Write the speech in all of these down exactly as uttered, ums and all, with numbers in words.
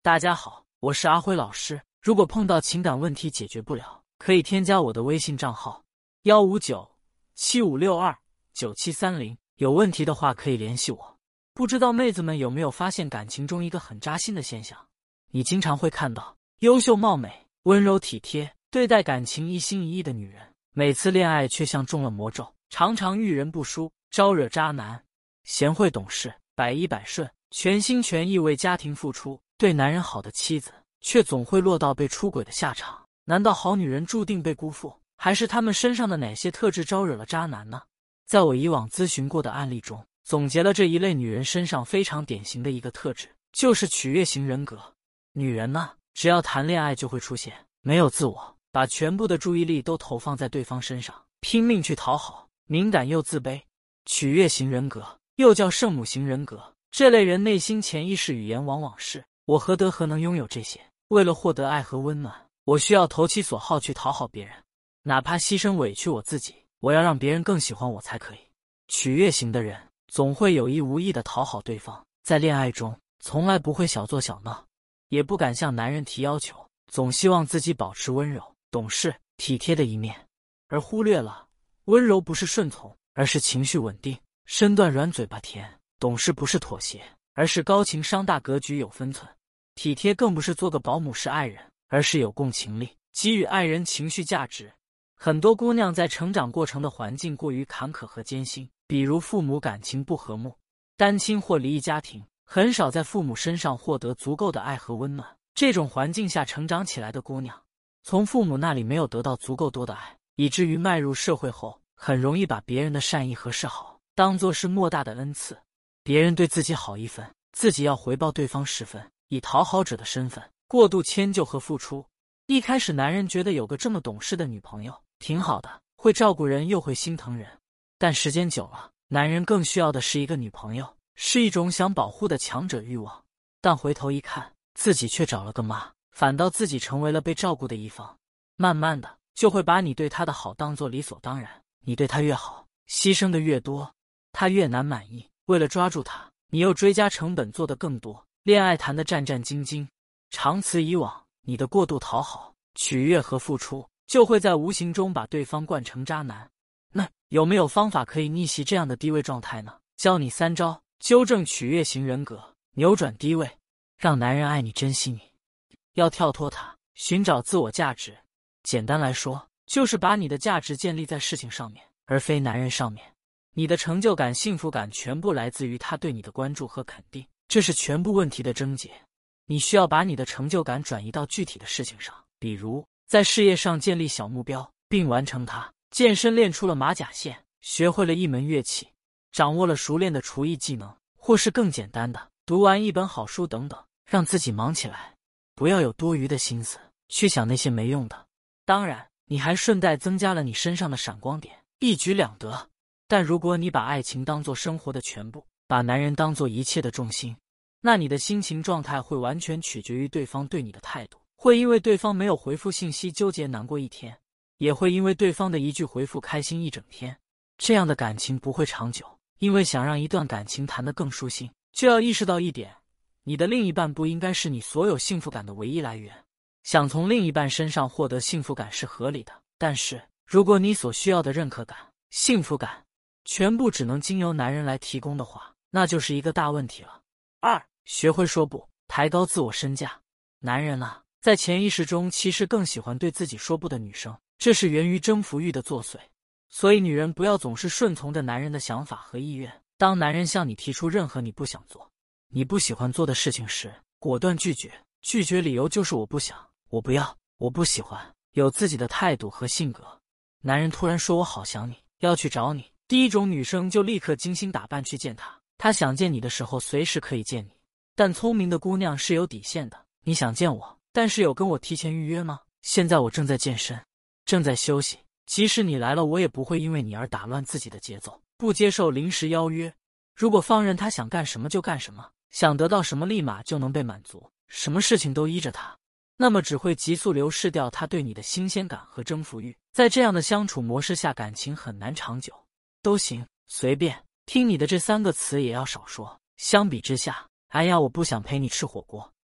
大家好，我是阿辉老师。如果碰到情感问题解决不了，可以添加我的微信账号一五九七五六二九七三零，有问题的话可以联系我。不知道妹子们有没有发现感情中一个很扎心的现象？你经常会看到优秀貌美、温柔体贴、对待感情一心一意的女人，每次恋爱却像中了魔咒，常常遇人不淑，招惹渣男。贤惠懂事，百依百顺，全心全意为家庭付出，对男人好的妻子，却总会落到被出轨的下场。难道好女人注定被辜负，还是她们身上的哪些特质招惹了渣男呢？在我以往咨询过的案例中，总结了这一类女人身上非常典型的一个特质，就是取悦型人格。女人呢，只要谈恋爱就会出现没有自我，把全部的注意力都投放在对方身上，拼命去讨好，敏感又自卑。取悦型人格又叫圣母型人格，这类人内心潜意识语言往往是：我何德何能拥有这些？为了获得爱和温暖，我需要投其所好去讨好别人，哪怕牺牲委屈我自己，我要让别人更喜欢我才可以。取悦型的人总会有意无意地讨好对方，在恋爱中从来不会小作小闹，也不敢向男人提要求，总希望自己保持温柔、懂事、体贴的一面，而忽略了温柔不是顺从，而是情绪稳定；身段软，嘴巴甜；懂事不是妥协，而是高情商、大格局、有分寸；体贴更不是做个保姆是爱人，而是有共情力，给予爱人情绪价值。很多姑娘在成长过程的环境过于坎坷和艰辛，比如父母感情不和睦，单亲或离异家庭，很少在父母身上获得足够的爱和温暖。这种环境下成长起来的姑娘，从父母那里没有得到足够多的爱，以至于迈入社会后，很容易把别人的善意和示好当作是莫大的恩赐。别人对自己好一分，自己要回报对方十分，以讨好者的身份过度迁就和付出。一开始男人觉得有个这么懂事的女朋友挺好的，会照顾人又会心疼人，但时间久了，男人更需要的是一个女朋友，是一种想保护的强者欲望。但回头一看，自己却找了个妈，反倒自己成为了被照顾的一方。慢慢的，就会把你对他的好当作理所当然，你对他越好，牺牲的越多，他越难满意。为了抓住他，你又追加成本做得更多，恋爱谈得战战兢兢。长此以往，你的过度讨好、取悦和付出，就会在无形中把对方惯成渣男。那有没有方法可以逆袭这样的低位状态呢？教你三招，纠正取悦型人格，扭转低位，让男人爱你、珍惜你。要跳脱他，寻找自我价值。简单来说，就是把你的价值建立在事情上面，而非男人上面。你的成就感、幸福感全部来自于他对你的关注和肯定，这是全部问题的症结。你需要把你的成就感转移到具体的事情上，比如在事业上建立小目标，并完成它；健身练出了马甲线，学会了一门乐器，掌握了熟练的厨艺技能，或是更简单的，读完一本好书等等，让自己忙起来，不要有多余的心思去想那些没用的。当然，你还顺带增加了你身上的闪光点，一举两得。但如果你把爱情当作生活的全部，把男人当作一切的重心，那你的心情状态会完全取决于对方对你的态度，会因为对方没有回复信息纠结难过一天，也会因为对方的一句回复开心一整天。这样的感情不会长久，因为想让一段感情谈得更舒心，就要意识到一点，你的另一半不应该是你所有幸福感的唯一来源。想从另一半身上获得幸福感是合理的，但是如果你所需要的认可感、幸福感全部只能经由男人来提供的话，那就是一个大问题了。二，学会说不，抬高自我身价。男人啊，在潜意识中其实更喜欢对自己说不的女生，这是源于征服欲的作祟。所以女人不要总是顺从着男人的想法和意愿，当男人向你提出任何你不想做、你不喜欢做的事情时，果断拒绝。拒绝理由就是我不想、我不要、我不喜欢，有自己的态度和性格。男人突然说我好想你，要去找你，第一种女生就立刻精心打扮去见他，他想见你的时候随时可以见你。但聪明的姑娘是有底线的，你想见我，但是有跟我提前预约吗？现在我正在健身，正在休息，即使你来了，我也不会因为你而打乱自己的节奏，不接受临时邀约。如果放任他想干什么就干什么，想得到什么立马就能被满足，什么事情都依着他，那么只会急速流逝掉他对你的新鲜感和征服欲。在这样的相处模式下，感情很难长久。都行，随便，听你的这三个词也要少说。相比之下，哎呀，我不想陪你吃火锅，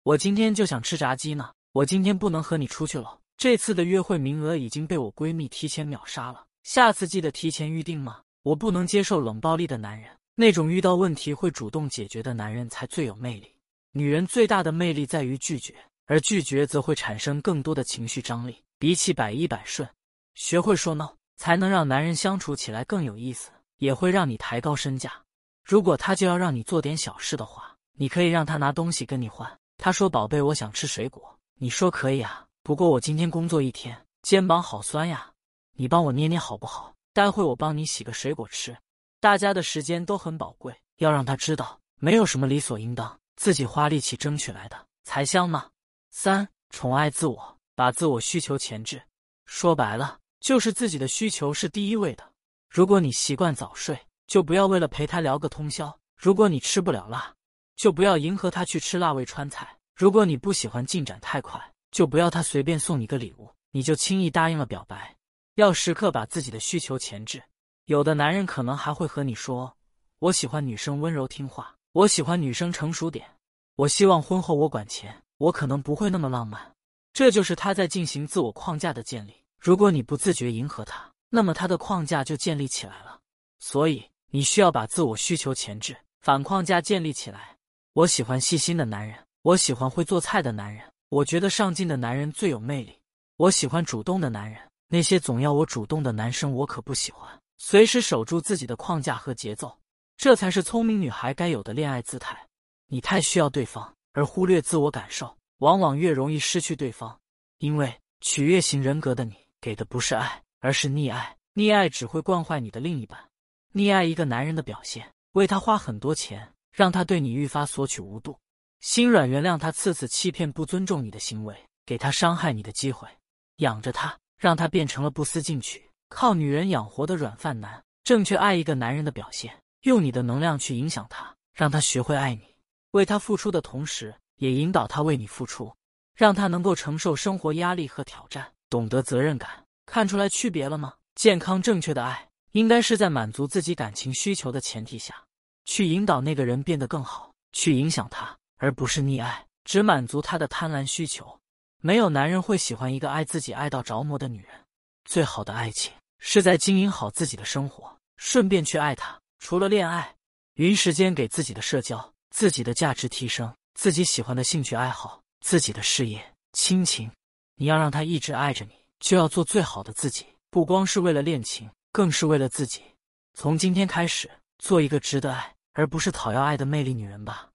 我今天就想吃炸鸡呢，我今天不能和你出去了。这次的约会名额已经被我闺蜜提前秒杀了，下次记得提前预定吗？我不能接受冷暴力的男人，那种遇到问题会主动解决的男人才最有魅力。女人最大的魅力在于拒绝，而拒绝则会产生更多的情绪张力，比起百依百顺。学会说 no， 才能让男人相处起来更有意思，也会让你抬高身价。如果他就要让你做点小事的话，你可以让他拿东西跟你换。他说宝贝，我想吃水果，你说可以啊，不过我今天工作一天，肩膀好酸呀，你帮我捏捏好不好？待会我帮你洗个水果吃。大家的时间都很宝贵，要让他知道没有什么理所应当，自己花力气争取来的才香呢。三、宠爱自我，把自我需求前置。说白了，就是自己的需求是第一位的。如果你习惯早睡，就不要为了陪他聊个通宵；如果你吃不了辣，就不要迎合他去吃辣味川菜；如果你不喜欢进展太快，就不要他随便送你个礼物，你就轻易答应了表白。要时刻把自己的需求前置。有的男人可能还会和你说，我喜欢女生温柔听话，我喜欢女生成熟点，我希望婚后我管钱，我可能不会那么浪漫。这就是他在进行自我框架的建立。如果你不自觉迎合他，那么他的框架就建立起来了。所以你需要把自我需求前置，反框架建立起来。我喜欢细心的男人，我喜欢会做菜的男人，我觉得上进的男人最有魅力。我喜欢主动的男人，那些总要我主动的男生我可不喜欢。随时守住自己的框架和节奏，这才是聪明女孩该有的恋爱姿态。你太需要对方，而忽略自我感受，往往越容易失去对方。因为取悦型人格的你，给的不是爱，而是溺爱。溺爱只会惯坏你的另一半。溺爱一个男人的表现，为他花很多钱，让他对你愈发索取无度，心软原谅他次次欺骗不尊重你的行为，给他伤害你的机会，养着他，让他变成了不思进取，靠女人养活的软饭男。正确爱一个男人的表现，用你的能量去影响他，让他学会爱你，为他付出的同时，也引导他为你付出，让他能够承受生活压力和挑战，懂得责任感。看出来区别了吗？健康正确的爱，应该是在满足自己感情需求的前提下，去引导那个人变得更好，去影响他，而不是溺爱，只满足他的贪婪需求。没有男人会喜欢一个爱自己爱到着魔的女人。最好的爱情是在经营好自己的生活，顺便去爱他。除了恋爱，匀时间给自己的社交，自己的价值提升，自己喜欢的兴趣爱好，自己的事业、亲情。你要让他一直爱着你，就要做最好的自己，不光是为了恋情，更是为了自己。从今天开始，做一个值得爱而不是讨要爱的魅力女人吧。